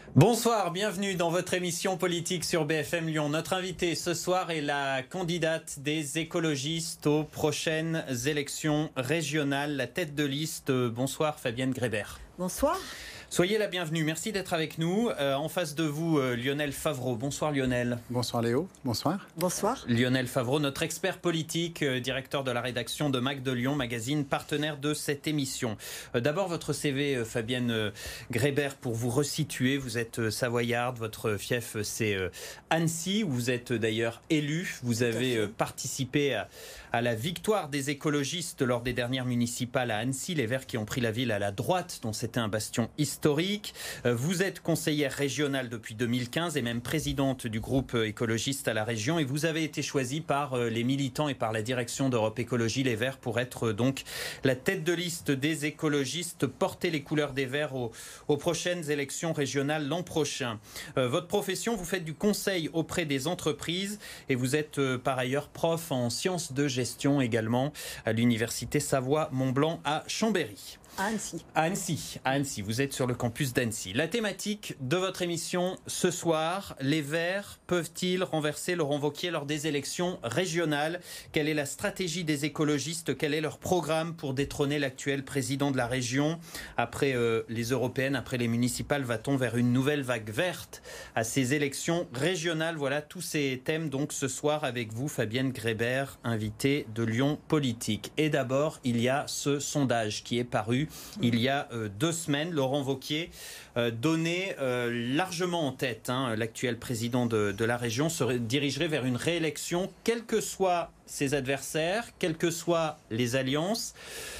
Bonsoir, bienvenue dans votre émission politique sur BFM Lyon. Notre invitée ce soir est la candidate des écologistes aux prochaines élections régionales, la tête de liste. Bonsoir Fabienne Grébert. Bonsoir. Soyez la bienvenue, merci d'être avec nous. En face de vous, Lionel Favreau. Bonsoir Lionel. Bonsoir Léo, bonsoir. Bonsoir. Lionel Favreau, notre expert politique, directeur de la rédaction de Mac de Lyon, magazine partenaire de cette émission. D'abord votre CV, Fabienne Grébert, pour vous resituer. Vous êtes savoyarde, votre fief c'est Annecy, où vous êtes d'ailleurs élu. Vous avez participé à la victoire des écologistes lors des dernières municipales à Annecy, les Verts qui ont pris la ville à la droite, dont c'était un bastion historique. Vous êtes conseillère régionale depuis 2015 et même présidente du groupe écologiste à la région, et vous avez été choisie par les militants et par la direction d'Europe Écologie Les Verts pour être donc la tête de liste des écologistes, porter les couleurs des Verts aux prochaines élections régionales l'an prochain. Votre profession, vous faites du conseil auprès des entreprises et vous êtes par ailleurs prof en sciences de gestion également à l'université Savoie-Mont-Blanc à Chambéry. À Annecy. Vous êtes sur le campus d'Annecy. La thématique de votre émission ce soir, les Verts peuvent-ils renverser Laurent Wauquiez lors des élections régionales? Quelle est la stratégie des écologistes? Quel est leur programme pour détrôner l'actuel président de la région? Après les européennes, après les municipales, va-t-on vers une nouvelle vague verte à ces élections régionales? Voilà tous ces thèmes donc ce soir avec vous, Fabienne Grébert, invitée de Lyon Politique. Et d'abord, il y a ce sondage qui est paru il y a 2 semaines. Laurent Wauquiez donnait largement en tête. L'actuel président de la région se dirigerait vers une réélection, quels que soient ses adversaires, quelles que soient les alliances.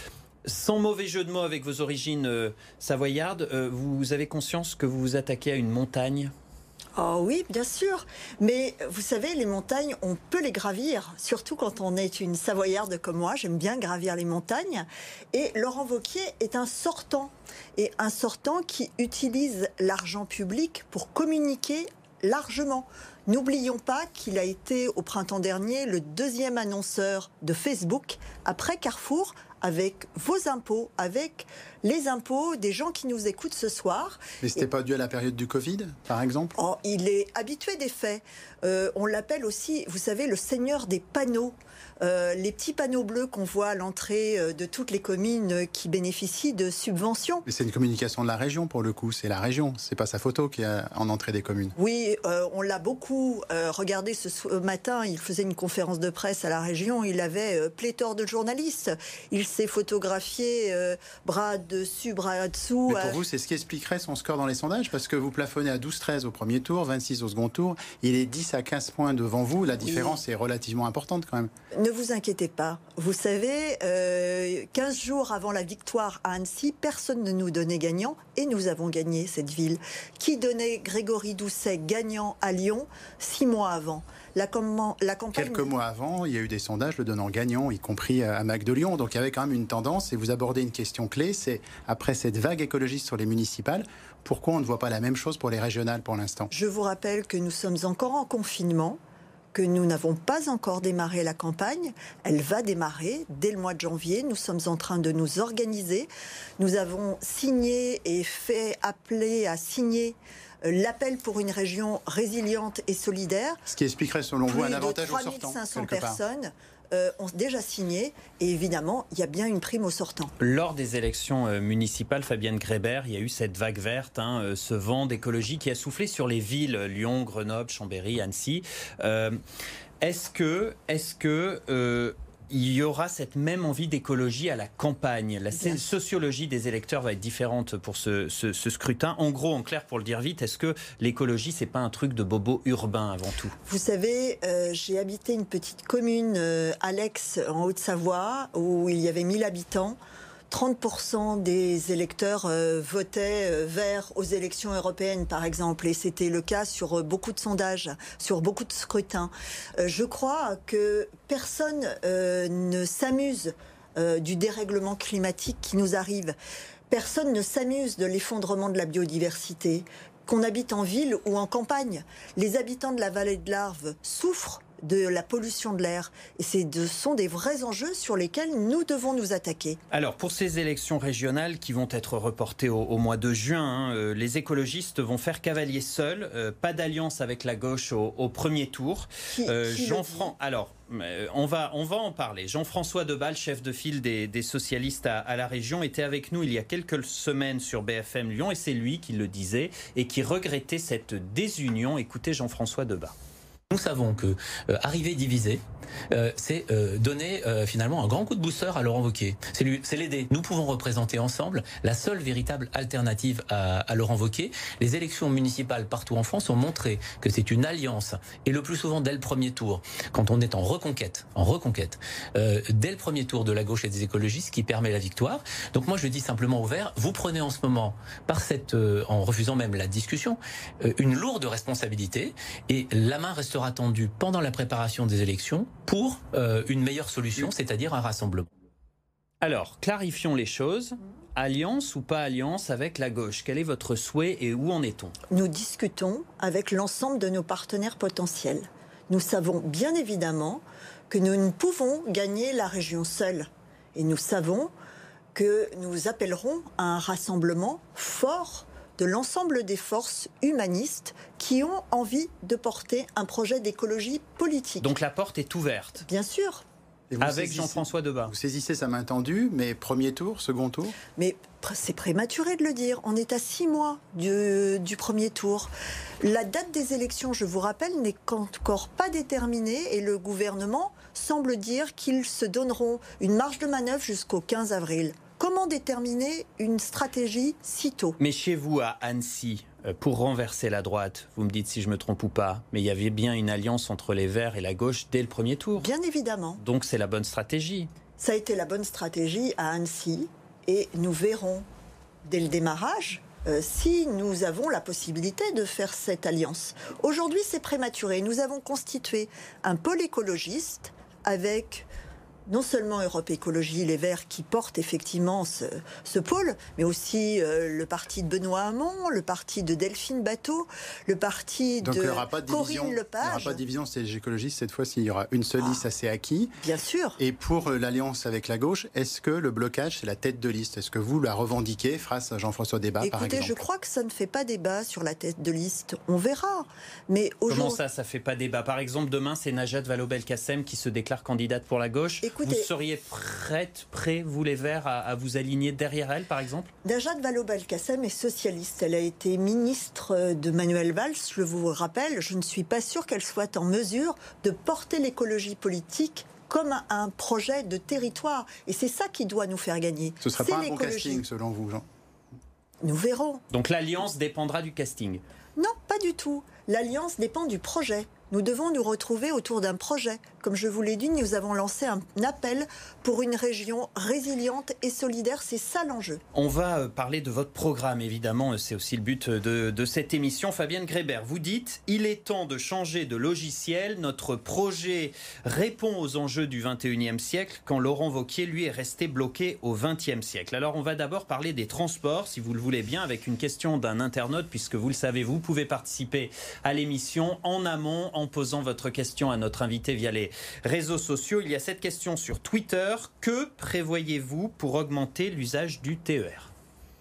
Sans mauvais jeu de mots avec vos origines savoyardes, vous avez conscience que vous vous attaquez à une montagne ? Oh oui, bien sûr. Mais vous savez, les montagnes, on peut les gravir, surtout quand on est une Savoyarde comme moi. J'aime bien gravir les montagnes. Et Laurent Wauquiez est un sortant. Et un sortant qui utilise l'argent public pour communiquer largement. N'oublions pas qu'il a été au printemps dernier le 2e annonceur de Facebook après Carrefour, avec vos impôts, avec les impôts des gens qui nous écoutent ce soir. Mais c'était pas dû à la période du Covid, par exemple? Il est habitué des faits. On l'appelle aussi, vous savez, le seigneur des panneaux. Les petits panneaux bleus qu'on voit à l'entrée de toutes les communes qui bénéficient de subventions. Mais c'est une communication de la région, pour le coup. C'est la région, c'est pas sa photo qui est en entrée des communes. Oui, on l'a beaucoup regardé ce matin. Il faisait une conférence de presse à la région. Il avait pléthore de journalistes. Il s'est photographié bras dessus, bras dessous. Mais pour vous, c'est ce qui expliquerait son score dans les sondages, parce que vous plafonnez à 12-13 au premier tour, 26 au second tour. Il est 10 à 15 points devant vous. La différence est relativement importante quand même. Ne vous inquiétez pas. Vous savez, 15 jours avant la victoire à Annecy, personne ne nous donnait gagnant et nous avons gagné cette ville. Qui donnait Grégory Doucet gagnant à Lyon 6 mois avant? La campagne... Quelques mois avant, il y a eu des sondages le donnant gagnant, y compris à Mac de Lyon. Donc il y avait quand même une tendance, et vous abordez une question clé, c'est après cette vague écologiste sur les municipales, pourquoi on ne voit pas la même chose pour les régionales pour l'instant? Je vous rappelle que nous sommes encore en confinement, que nous n'avons pas encore démarré la campagne. Elle va démarrer dès le mois de janvier. Nous sommes en train de nous organiser. Nous avons signé et fait appeler à signer l'appel pour une région résiliente et solidaire. Ce qui expliquerait selon vous un avantage aux sortants. 3500 personnes ont déjà signé, et évidemment, il y a bien une prime aux sortants. Lors des élections municipales, Fabienne Grébert, il y a eu cette vague verte, ce vent d'écologie qui a soufflé sur les villes Lyon, Grenoble, Chambéry, Annecy. Est-ce que il y aura cette même envie d'écologie à la campagne? La sociologie des électeurs va être différente pour ce scrutin. En gros, en clair, pour le dire vite, est-ce que l'écologie, c'est pas un truc de bobo urbain avant tout? Vous savez, j'ai habité une petite commune, Alex, en Haute-Savoie, où il y avait 1000 habitants. 30% des électeurs votaient Vert aux élections européennes, par exemple. Et c'était le cas sur beaucoup de sondages, sur beaucoup de scrutins. Je crois que personne ne s'amuse du dérèglement climatique qui nous arrive. Personne ne s'amuse de l'effondrement de la biodiversité. Qu'on habite en ville ou en campagne, les habitants de la vallée de l'Arve souffrent de la pollution de l'air. Et ce sont des vrais enjeux sur lesquels nous devons nous attaquer. Alors, pour ces élections régionales qui vont être reportées au mois de juin, les écologistes vont faire cavalier seul, pas d'alliance avec la gauche au premier tour. Alors, on va en parler. Jean-François Deballe, chef de file des socialistes à la région, était avec nous il y a quelques semaines sur BFM Lyon et c'est lui qui le disait et qui regrettait cette désunion. Écoutez Jean-François Deballe. Nous savons que arriver divisé, c'est donner finalement un grand coup de booster à Laurent Wauquiez. C'est l'aider. Nous pouvons représenter ensemble la seule véritable alternative à Laurent Wauquiez. Les élections municipales partout en France ont montré que c'est une alliance, et le plus souvent dès le premier tour, quand on est en reconquête, dès le premier tour de la gauche et des écologistes, qui permet la victoire. Donc moi je dis simplement aux Verts, vous prenez en ce moment, en refusant même la discussion, une lourde responsabilité, et la main restera tendue pendant la préparation des élections pour une meilleure solution, c'est-à-dire un rassemblement. Alors, clarifions les choses. Alliance ou pas alliance avec la gauche? Quel est votre souhait et où en est-on? Nous discutons avec l'ensemble de nos partenaires potentiels. Nous savons bien évidemment que nous ne pouvons gagner la région seuls. Et nous savons que nous appellerons à un rassemblement fort de l'ensemble des forces humanistes qui ont envie de porter un projet d'écologie politique. Donc la porte est ouverte. Bien sûr. Avec Jean-François Deballe. Vous saisissez sa main tendue, mais premier tour, second tour? Mais c'est prématuré de le dire. On est à 6 mois du premier tour. La date des élections, je vous rappelle, n'est encore pas déterminée et le gouvernement semble dire qu'ils se donneront une marge de manœuvre jusqu'au 15 avril. Comment déterminer une stratégie si tôt? Mais chez vous, à Annecy, pour renverser la droite, vous me dites si je me trompe ou pas, mais il y avait bien une alliance entre les Verts et la gauche dès le premier tour. Bien évidemment. Donc c'est la bonne stratégie. Ça a été la bonne stratégie à Annecy et nous verrons dès le démarrage si nous avons la possibilité de faire cette alliance. Aujourd'hui, c'est prématuré. Nous avons constitué un pôle écologiste avec non seulement Europe Écologie, les Verts qui portent effectivement ce pôle, mais aussi le parti de Benoît Hamon, le parti de Delphine Batho, le parti de Corinne Lepage. Il n'y aura pas de division, c'est les écologistes cette fois-ci. Il y aura une seule liste, ça c'est acquis. Bien sûr. Et pour l'alliance avec la gauche, est-ce que le blocage, c'est la tête de liste? Est-ce que vous la revendiquez face à Jean-François Deballe, par exemple? Écoutez, je crois que ça ne fait pas débat sur la tête de liste. On verra. Mais comment ça ne fait pas débat? Par exemple, demain, c'est Najat Vallaud-Belkacem qui se déclare candidate pour la gauche. Vous seriez prêt, vous les Verts, à vous aligner derrière elle, par exemple? Najat Vallaud-Belkacem est socialiste. Elle a été ministre de Manuel Valls, je vous rappelle. Je ne suis pas sûre qu'elle soit en mesure de porter l'écologie politique comme un projet de territoire. Et c'est ça qui doit nous faire gagner. Ce ne sera pas un bon casting, selon vous, Jean? Nous verrons. Donc l'alliance dépendra du casting? Non, pas du tout. L'alliance dépend du projet. Nous devons nous retrouver autour d'un projet. Comme je vous l'ai dit, nous avons lancé un appel pour une région résiliente et solidaire. C'est ça l'enjeu. On va parler de votre programme, évidemment. C'est aussi le but de cette émission. Fabienne Grébert, vous dites « Il est temps de changer de logiciel. Notre projet répond aux enjeux du 21e siècle quand Laurent Wauquiez, lui, est resté bloqué au 20e siècle. » Alors, on va d'abord parler des transports, si vous le voulez bien, avec une question d'un internaute, puisque vous le savez, vous pouvez participer à l'émission en amont, en posant votre question à notre invité via les réseaux sociaux. Il y a cette question sur Twitter. Que prévoyez-vous pour augmenter l'usage du TER?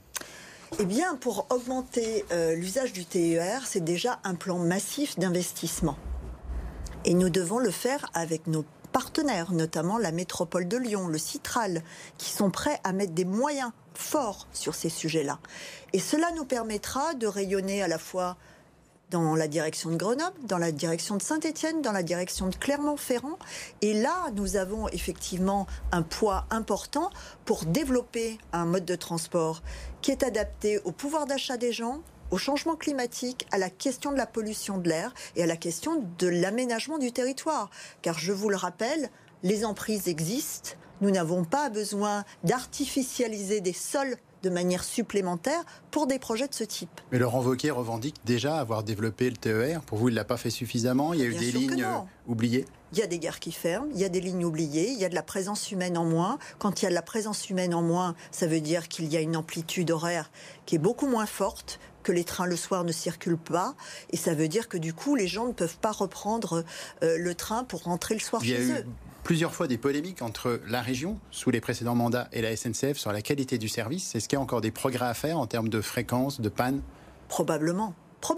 Eh bien, pour augmenter l'usage du TER, c'est déjà un plan massif d'investissement. Et nous devons le faire avec nos partenaires, notamment la métropole de Lyon, le Citral, qui sont prêts à mettre des moyens forts sur ces sujets-là. Et cela nous permettra de rayonner à la fois dans la direction de Grenoble, dans la direction de Saint-Étienne, dans la direction de Clermont-Ferrand. Et là, nous avons effectivement un poids important pour développer un mode de transport qui est adapté au pouvoir d'achat des gens, au changement climatique, à la question de la pollution de l'air et à la question de l'aménagement du territoire. Car je vous le rappelle, les emprises existent. Nous n'avons pas besoin d'artificialiser des sols de manière supplémentaire pour des projets de ce type. Mais Laurent Wauquiez revendique déjà avoir développé le TER. Pour vous, il ne l'a pas fait suffisamment? Il y a eu des lignes oubliées? Il y a des gares qui ferment, il y a des lignes oubliées, il y a de la présence humaine en moins. Quand il y a de la présence humaine en moins, ça veut dire qu'il y a une amplitude horaire qui est beaucoup moins forte que les trains le soir ne circulent pas. Et ça veut dire que du coup, les gens ne peuvent pas reprendre le train pour rentrer le soir chez eux. Plusieurs fois des polémiques entre la région, sous les précédents mandats, et la SNCF sur la qualité du service. Est-ce qu'il y a encore des progrès à faire en termes de fréquence, de panne ? Probablement,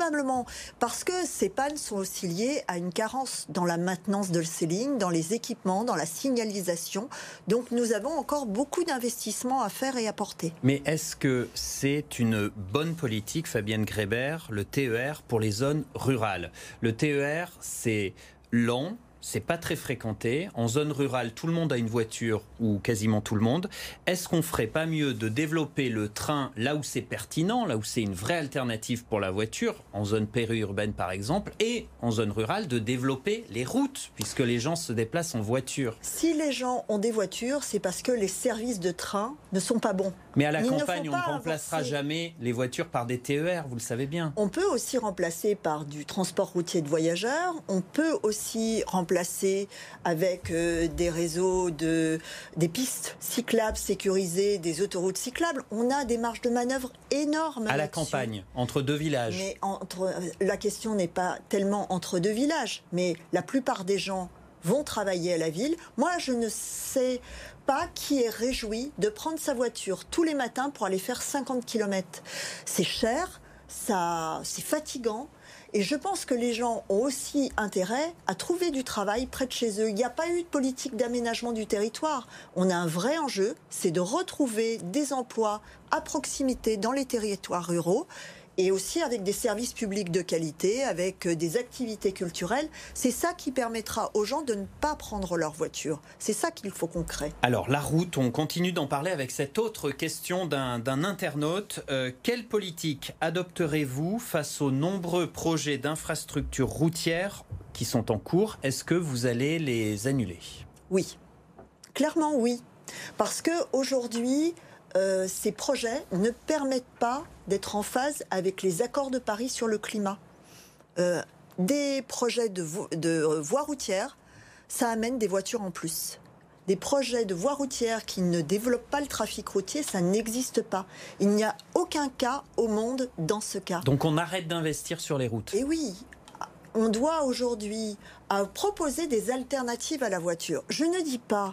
parce que ces pannes sont aussi liées à une carence dans la maintenance de ces lignes, dans les équipements, dans la signalisation. Donc nous avons encore beaucoup d'investissements à faire et à porter. Mais est-ce que c'est une bonne politique, Fabienne Grébert, le TER pour les zones rurales ? Le TER, c'est lent. C'est pas très fréquenté. En zone rurale, tout le monde a une voiture, ou quasiment tout le monde. Est-ce qu'on ferait pas mieux de développer le train là où c'est pertinent, là où c'est une vraie alternative pour la voiture, en zone périurbaine par exemple, et en zone rurale, de développer les routes, puisque les gens se déplacent en voiture ? Si les gens ont des voitures, c'est parce que les services de train ne sont pas bons. Mais à la campagne, on ne remplacera jamais les voitures par des TER, vous le savez bien. On peut aussi remplacer par du transport routier de voyageurs. On peut aussi remplacer avec des réseaux, des pistes cyclables sécurisées, des autoroutes cyclables. On a des marges de manœuvre énormes. À la campagne, entre deux villages. Mais la question n'est pas tellement entre deux villages, mais la plupart des gens vont travailler à la ville. Moi, je ne sais pas qui est réjoui de prendre sa voiture tous les matins pour aller faire 50 km. C'est cher, c'est fatigant. Et je pense que les gens ont aussi intérêt à trouver du travail près de chez eux. Il n'y a pas eu de politique d'aménagement du territoire. On a un vrai enjeu, c'est de retrouver des emplois à proximité dans les territoires ruraux. Et aussi avec des services publics de qualité, avec des activités culturelles. C'est ça qui permettra aux gens de ne pas prendre leur voiture. C'est ça qu'il faut qu'on crée. Alors, la route, on continue d'en parler avec cette autre question d'un internaute. Quelle politique adopterez-vous face aux nombreux projets d'infrastructures routières qui sont en cours ? Est-ce que vous allez les annuler ? Oui. Clairement, oui. Parce qu'aujourd'hui, ces projets ne permettent pas d'être en phase avec les accords de Paris sur le climat. Des projets de voies routières, ça amène des voitures en plus. Des projets de voies routières qui ne développent pas le trafic routier, ça n'existe pas. Il n'y a aucun cas au monde dans ce cas. Donc on arrête d'investir sur les routes. Et oui, on doit aujourd'hui proposer des alternatives à la voiture. Je ne dis pas...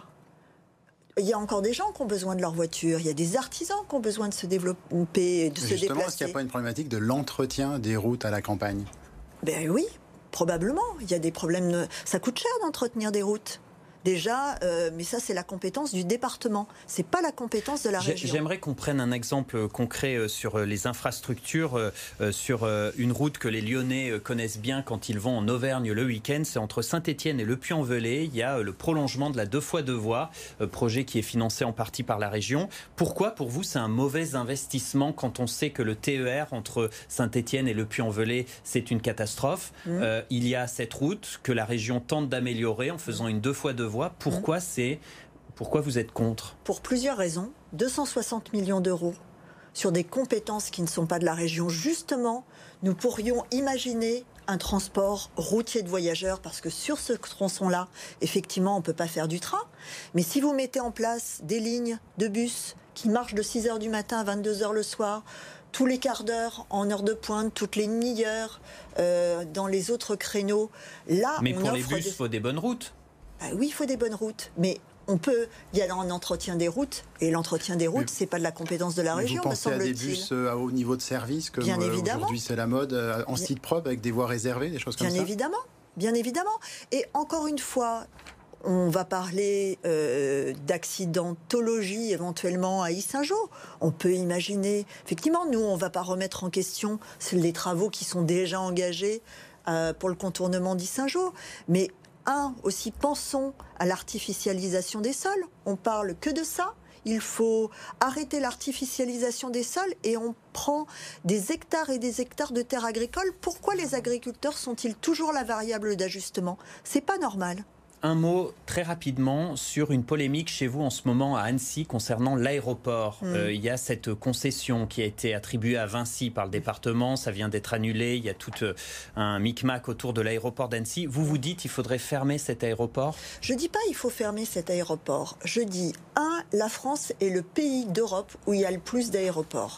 Il y a encore des gens qui ont besoin de leur voiture. Il y a des artisans qui ont besoin de se développer, de se déplacer. Justement, est-ce qu'il n'y a pas une problématique de l'entretien des routes à la campagne ? Ben oui, probablement. Il y a des problèmes. Ça coûte cher d'entretenir des routes. Déjà, mais ça c'est la compétence du département, c'est pas la compétence de la région. J'aimerais qu'on prenne un exemple concret sur les infrastructures, sur une route que les Lyonnais connaissent bien quand ils vont en Auvergne le week-end. C'est entre Saint-Étienne et Le Puy-en-Velay. Il y a le prolongement de la 2x2 voies, projet qui est financé en partie par la région. Pourquoi pour vous c'est un mauvais investissement quand on sait que le TER entre Saint-Étienne et Le Puy-en-Velay c'est une catastrophe? Il y a cette route que la région tente d'améliorer en faisant une 2x2 voies. Pourquoi vous êtes contre ? Pour plusieurs raisons. 260 millions d'euros sur des compétences qui ne sont pas de la région. Justement, nous pourrions imaginer un transport routier de voyageurs, parce que sur ce tronçon-là, effectivement, on ne peut pas faire du train. Mais si vous mettez en place des lignes de bus qui marchent de 6h du matin à 22h le soir, tous les quarts d'heure, en heure de pointe, toutes les demi-heures, dans les autres créneaux, là, mais pour les bus, il faut des bonnes routes. Oui, il faut des bonnes routes, mais il y a un entretien des routes, et l'entretien des routes, c'est pas de la compétence de la région, me semble-t-il. Vous pensez à des bus à haut niveau de service, comme aujourd'hui c'est la mode, en site propre, avec des voies réservées, des choses comme ça ? Bien évidemment. Et encore une fois, on va parler d'accidentologie éventuellement à Yssingeaux. On peut imaginer, effectivement, nous, on ne va pas remettre en question les travaux qui sont déjà engagés pour le contournement d'Yssingeaux, mais aussi, pensons à l'artificialisation des sols. On parle que de ça. Il faut arrêter l'artificialisation des sols et on prend des hectares et des hectares de terres agricoles. Pourquoi les agriculteurs sont-ils toujours la variable d'ajustement ? C'est pas normal. Un mot très rapidement sur une polémique chez vous en ce moment à Annecy concernant l'aéroport. Il y a cette concession qui a été attribuée à Vinci par le département, ça vient d'être annulé, il y a tout un micmac autour de l'aéroport d'Annecy. Vous dites qu'il faudrait fermer cet aéroport ? Je ne dis pas qu'il faut fermer cet aéroport. Je dis, la France est le pays d'Europe où il y a le plus d'aéroports.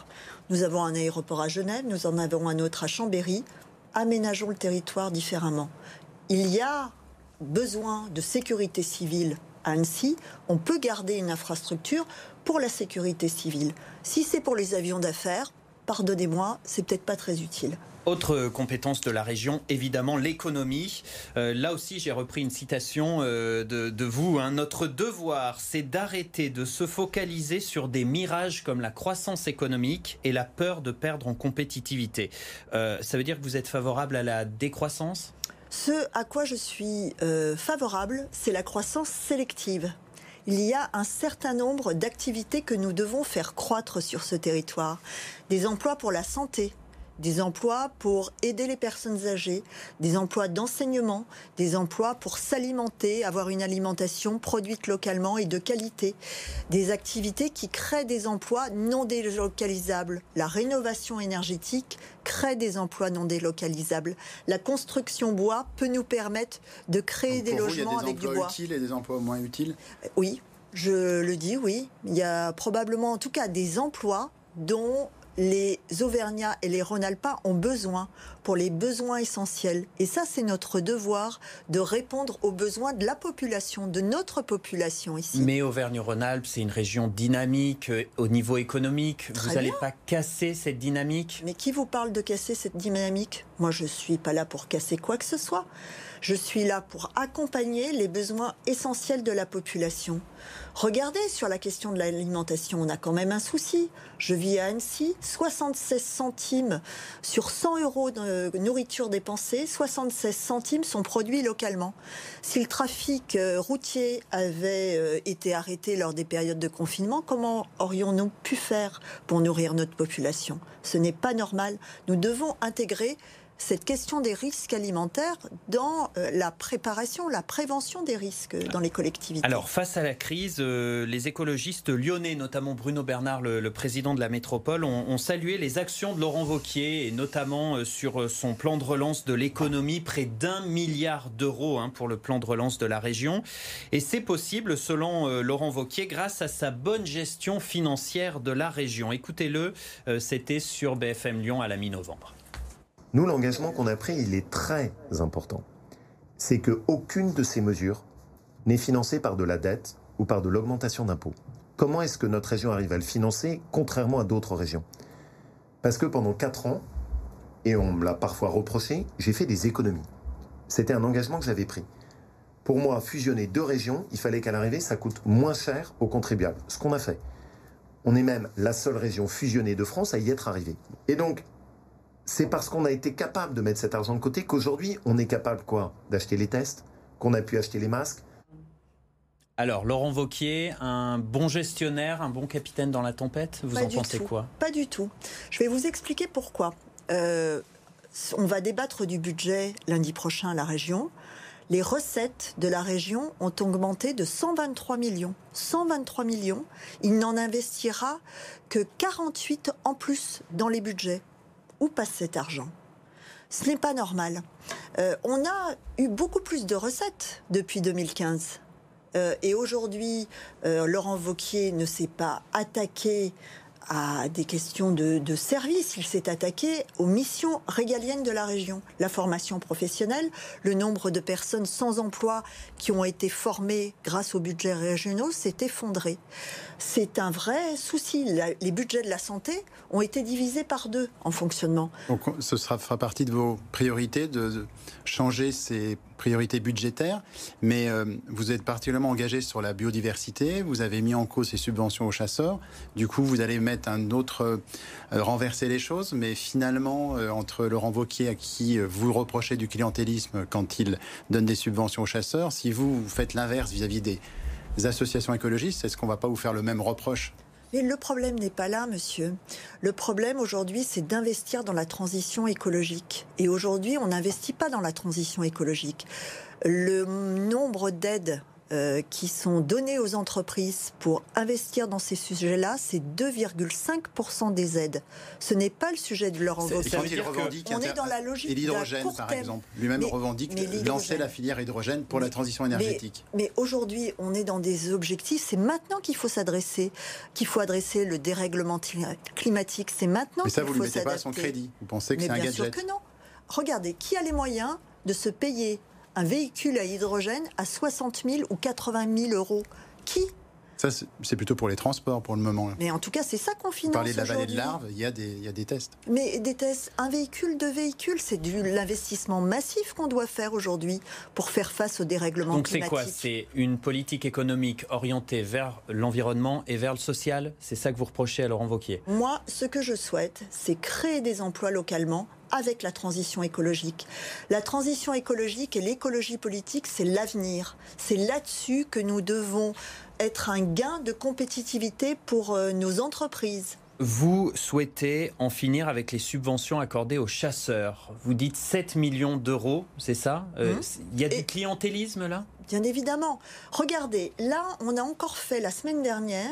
Nous avons un aéroport à Genève, nous en avons un autre à Chambéry. Aménageons le territoire différemment. Il y a besoin de sécurité civile à Annecy. On peut garder une infrastructure pour la sécurité civile. Si c'est pour les avions d'affaires, pardonnez-moi, c'est peut-être pas très utile. Autre compétence de la région, évidemment, l'économie. Là aussi, j'ai repris une citation de vous. Notre devoir, c'est d'arrêter de se focaliser sur des mirages comme la croissance économique et la peur de perdre en compétitivité. Ça veut dire que vous êtes favorable à la décroissance ? Ce à quoi je suis favorable, c'est la croissance sélective. Il y a un certain nombre d'activités que nous devons faire croître sur ce territoire. Des emplois pour la santé, des emplois pour aider les personnes âgées, des emplois d'enseignement, des emplois pour s'alimenter, avoir une alimentation produite localement et de qualité, des activités qui créent des emplois non délocalisables. La rénovation énergétique crée des emplois non délocalisables. La construction bois peut nous permettre de créer des logements avec du bois. Il y a des emplois utiles et des emplois moins utiles ? Oui, je le dis, oui. Il y a probablement en tout cas des emplois dont les Auvergnats et les Rhône-Alpins ont besoin pour les besoins essentiels. Et ça, c'est notre devoir de répondre aux besoins de la population, de notre population ici. Mais Auvergne-Rhône-Alpes, c'est une région dynamique au niveau économique. Vous n'allez pas casser cette dynamique ? Mais qui vous parle de casser cette dynamique ? Moi, je ne suis pas là pour casser quoi que ce soit. Je suis là pour accompagner les besoins essentiels de la population. Regardez, sur la question de l'alimentation, on a quand même un souci. Je vis à Annecy, 76 centimes sur 100 euros de nourriture dépensée, 76 centimes sont produits localement. Si le trafic routier avait été arrêté lors des périodes de confinement, comment aurions-nous pu faire pour nourrir notre population ? Ce n'est pas normal. Nous devons intégrer cette question des risques alimentaires dans la préparation, la prévention des risques dans les collectivités. Alors, face à la crise, les écologistes lyonnais, notamment Bruno Bernard, le président de la métropole, ont salué les actions de Laurent Wauquiez, et notamment sur son plan de relance de l'économie, près d'1 milliard d'euros pour le plan de relance de la région. Et c'est possible, selon Laurent Wauquiez, grâce à sa bonne gestion financière de la région. Écoutez-le, c'était sur BFM Lyon à la mi-novembre. Nous, l'engagement qu'on a pris, il est très important. C'est qu'aucune de ces mesures n'est financée par de la dette ou par de l'augmentation d'impôts. Comment est-ce que notre région arrive à le financer, contrairement à d'autres régions ? Parce que pendant 4 ans, et on me l'a parfois reproché, j'ai fait des économies. C'était un engagement que j'avais pris. Pour moi, fusionner 2 régions, il fallait qu'à l'arrivée, ça coûte moins cher aux contribuables. Ce qu'on a fait. On est même la seule région fusionnée de France à y être arrivée. Et donc, c'est parce qu'on a été capable de mettre cet argent de côté qu'aujourd'hui, on est capable d'acheter les tests, qu'on a pu acheter les masques. Alors, Laurent Wauquiez, un bon gestionnaire, un bon capitaine dans la tempête, vous en pensez quoi ? Pas du tout. Je vais vous expliquer pourquoi. On va débattre du budget lundi prochain à la région. Les recettes de la région ont augmenté de 123 millions. 123 millions, il n'en investira que 48 en plus dans les budgets. Où passe cet argent ? Ce n'est pas normal. On a eu beaucoup plus de recettes depuis 2015. Et aujourd'hui, Laurent Wauquiez ne s'est pas attaqué à des questions de service. Il s'est attaqué aux missions régaliennes de la région. La formation professionnelle, le nombre de personnes sans emploi qui ont été formées grâce aux budgets régionaux s'est effondré. C'est un vrai souci. Les budgets de la santé ont été divisés par 2 en fonctionnement. Donc ce fera partie de vos priorités, de changer ces priorités budgétaires, mais vous êtes particulièrement engagé sur la biodiversité, vous avez mis en cause ces subventions aux chasseurs, du coup vous allez mettre un autre, renverser les choses, mais finalement entre Laurent Wauquiez à qui vous reprochez du clientélisme quand il donne des subventions aux chasseurs, si vous faites l'inverse vis-à-vis des associations écologistes, est-ce qu'on ne va pas vous faire le même reproche ? Mais le problème n'est pas là, monsieur. Le problème aujourd'hui, c'est d'investir dans la transition écologique. Et aujourd'hui, on n'investit pas dans la transition écologique. Le nombre d'aides qui sont donnés aux entreprises pour investir dans ces sujets-là, c'est 2,5% des aides. Ce n'est pas le sujet de leur enveloppe. On est dans la logique. Et l'hydrogène, par exemple, lui-même revendique lancer la filière hydrogène pour la transition énergétique. Mais aujourd'hui, on est dans des objectifs. C'est maintenant qu'il faut adresser le dérèglement climatique. C'est maintenant qu'il faut s'adapter. Mais ça, vous ne le mettez pas à son crédit. Vous pensez que c'est un gadget? Bien sûr que non. Regardez, qui a les moyens de se payer un véhicule à hydrogène à 60 000 ou 80 000 euros? Qui? Ça, c'est plutôt pour les transports, pour le moment. Mais en tout cas, c'est ça qu'on finance. Vous parlez de la vallée de l'Arve, il y a des tests. Mais des tests, un véhicule, 2 véhicules, c'est l'investissement massif qu'on doit faire aujourd'hui pour faire face au dérèglement climatique. Donc c'est quoi? C'est une politique économique orientée vers l'environnement et vers le social? C'est ça que vous reprochez à Laurent Wauquiez? Moi, ce que je souhaite, c'est créer des emplois localement avec la transition écologique. La transition écologique et l'écologie politique, c'est l'avenir. C'est là-dessus que nous devons être un gain de compétitivité pour nos entreprises. Vous souhaitez en finir avec les subventions accordées aux chasseurs. Vous dites 7 millions d'euros, c'est ça? Il y a du clientélisme là? Bien évidemment. Regardez, là, on a encore fait la semaine dernière,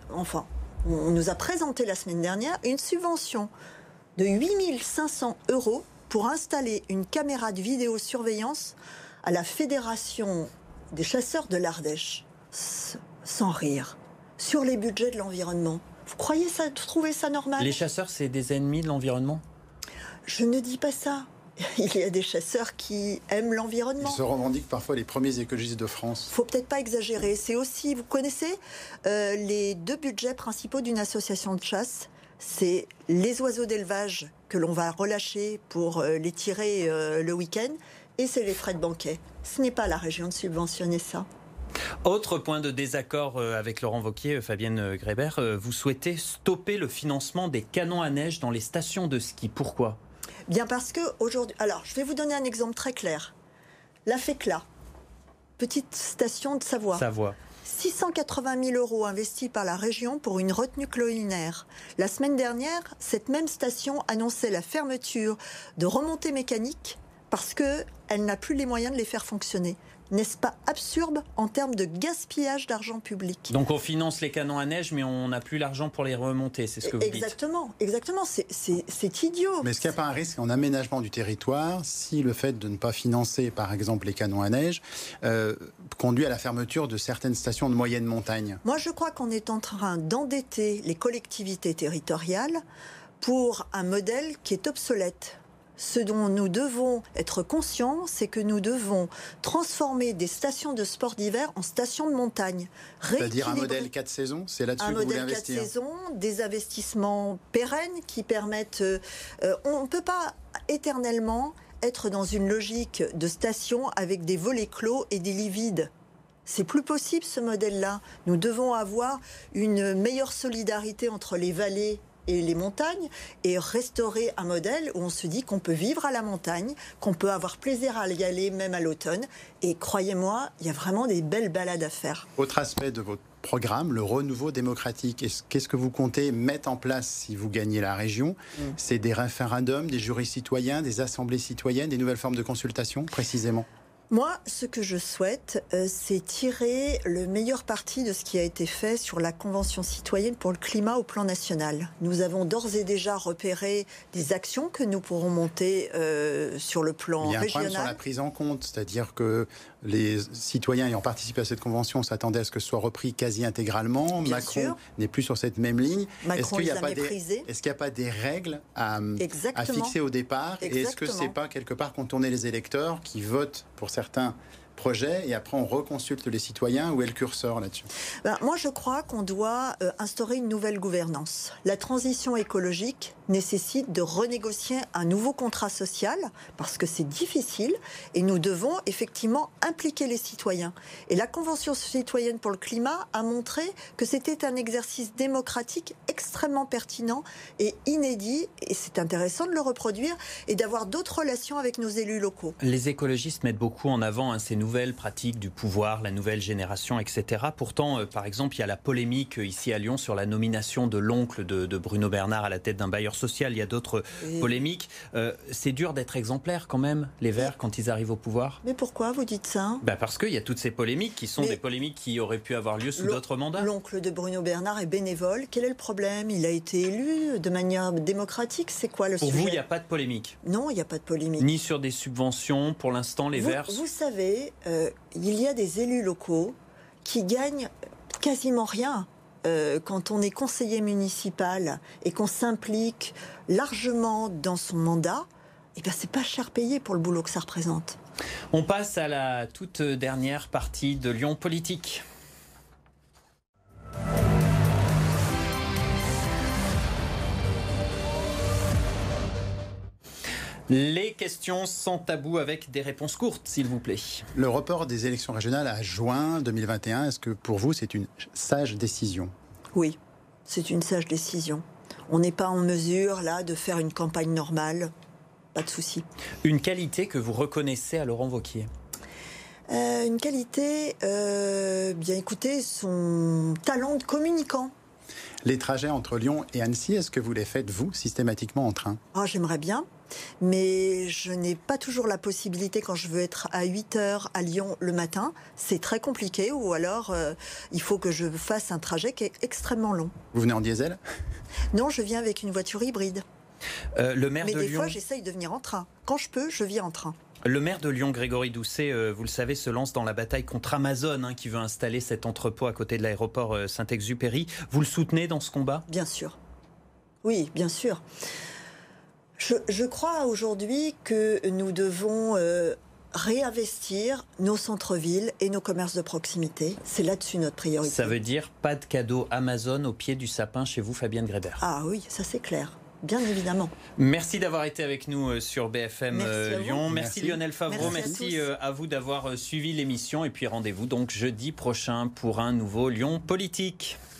on nous a présenté la semaine dernière une subvention de 8 500 € pour installer une caméra de vidéosurveillance à la Fédération des chasseurs de l'Ardèche. Sans rire. Sur les budgets de l'environnement. Vous trouvez ça normal? Les chasseurs, c'est des ennemis de l'environnement? Je ne dis pas ça. Il y a des chasseurs qui aiment l'environnement. Ils se revendiquent parfois les premiers écologistes de France. Faut peut-être pas exagérer. C'est aussi, vous connaissez les 2 budgets principaux d'une association de chasse? C'est les oiseaux d'élevage que l'on va relâcher pour les tirer le week-end, et c'est les frais de banquet. Ce n'est pas la région de subventionner ça. Autre point de désaccord avec Laurent Wauquiez, Fabienne Grébert, vous souhaitez stopper le financement des canons à neige dans les stations de ski. Pourquoi? Bien parce que aujourd'hui... Alors, je vais vous donner un exemple très clair. La FECLA, petite station de Savoie. 680 000 € investis par la région pour une retenue chlorinaire. La semaine dernière, cette même station annonçait la fermeture de remontées mécaniques parce qu'elle n'a plus les moyens de les faire fonctionner. N'est-ce pas absurde en termes de gaspillage d'argent public? Donc on finance les canons à neige, mais on n'a plus l'argent pour les remonter, c'est ce que vous dites. Exactement, c'est idiot. Mais est-ce qu'il n'y a pas un risque en aménagement du territoire si le fait de ne pas financer, par exemple, les canons à neige, conduit à la fermeture de certaines stations de moyenne montagne? Moi, je crois qu'on est en train d'endetter les collectivités territoriales pour un modèle qui est obsolète. Ce dont nous devons être conscients, c'est que nous devons transformer des stations de sport d'hiver en stations de montagne. C'est-à-dire un modèle 4 saisons? C'est là-dessus que vous voulez investir? Un modèle 4 saisons, des investissements pérennes qui permettent... on ne peut pas éternellement être dans une logique de station avec des volets clos et des lits vides. C'est plus possible ce modèle-là. Nous devons avoir une meilleure solidarité entre les vallées et les montagnes, et restaurer un modèle où on se dit qu'on peut vivre à la montagne, qu'on peut avoir plaisir à y aller même à l'automne. Et croyez-moi, il y a vraiment des belles balades à faire. Autre aspect de votre programme, le renouveau démocratique. Qu'est-ce que vous comptez mettre en place si vous gagnez la région? C'est des référendums, des jurys citoyens, des assemblées citoyennes, des nouvelles formes de consultation, précisément? Moi, ce que je souhaite, c'est tirer le meilleur parti de ce qui a été fait sur la Convention citoyenne pour le climat au plan national. Nous avons d'ores et déjà repéré des actions que nous pourrons monter sur le plan régional. Il y a un problème sur la prise en compte, c'est-à-dire que les citoyens ayant participé à cette convention s'attendaient à ce que ce soit repris quasi intégralement. Bien Macron sûr. n'est plus sur cette même ligne. Macron les a méprisés. Est-ce qu'il n'y a pas des règles à fixer au départ? Et est-ce que ce n'est pas quelque part contourner les électeurs qui votent pour certains projets et après on reconsulte les citoyens? Où est le curseur là-dessus? Moi je crois qu'on doit instaurer une nouvelle gouvernance. La transition écologique nécessite de renégocier un nouveau contrat social parce que c'est difficile et nous devons effectivement impliquer les citoyens. Et la Convention citoyenne pour le climat a montré que c'était un exercice démocratique extrêmement pertinent et inédit, et c'est intéressant de le reproduire et d'avoir d'autres relations avec nos élus locaux. Les écologistes mettent beaucoup en avant ces nouveaux nouvelle pratique du pouvoir, la nouvelle génération, etc. Pourtant, par exemple, il y a la polémique ici à Lyon sur la nomination de l'oncle de Bruno Bernard à la tête d'un bailleur social. Il y a d'autres polémiques. C'est dur d'être exemplaire quand même, les Verts, quand ils arrivent au pouvoir. Mais pourquoi vous dites ça? Parce qu'il y a toutes ces polémiques qui sont des polémiques qui auraient pu avoir lieu sous d'autres mandats. L'oncle de Bruno Bernard est bénévole. Quel est le problème? Il a été élu de manière démocratique. C'est quoi le sujet? Pour vous, il n'y a pas de polémique? Non, il n'y a pas de polémique. Ni sur des subventions, pour l'instant, les Verts... Vous savez, il y a des élus locaux qui gagnent quasiment rien. Quand on est conseiller municipal et qu'on s'implique largement dans son mandat, c'est pas cher payé pour le boulot que ça représente. On passe à la toute dernière partie de Lyon Politique. Les questions sans tabou avec des réponses courtes, s'il vous plaît. Le report des élections régionales à juin 2021, est-ce que pour vous c'est une sage décision? Oui, c'est une sage décision. On n'est pas en mesure là de faire une campagne normale, pas de souci. Une qualité que vous reconnaissez à Laurent Wauquiez? Une qualité, bien écoutez, son talent de communicant. Les trajets entre Lyon et Annecy, est-ce que vous les faites, vous, systématiquement en train? J'aimerais bien, mais je n'ai pas toujours la possibilité quand je veux être à 8h à Lyon le matin. C'est très compliqué, ou alors il faut que je fasse un trajet qui est extrêmement long. Vous venez en diesel? Non, je viens avec une voiture hybride. Le maire mais de des Lyon... fois, j'essaye de venir en train. Quand je peux, je viens en train. Le maire de Lyon, Grégory Doucet, vous le savez, se lance dans la bataille contre Amazon, qui veut installer cet entrepôt à côté de l'aéroport Saint-Exupéry. Vous le soutenez dans ce combat? Bien sûr. Oui, bien sûr. Je crois aujourd'hui que nous devons réinvestir nos centres-villes et nos commerces de proximité. C'est là-dessus notre priorité. Ça veut dire pas de cadeau Amazon au pied du sapin chez vous, Fabienne Grébert? Ah oui, ça c'est clair. Bien évidemment. Merci d'avoir été avec nous sur BFM Lyon. Merci Lionel Favreau. Merci à vous d'avoir suivi l'émission. Et puis rendez-vous donc jeudi prochain pour un nouveau Lyon Politique.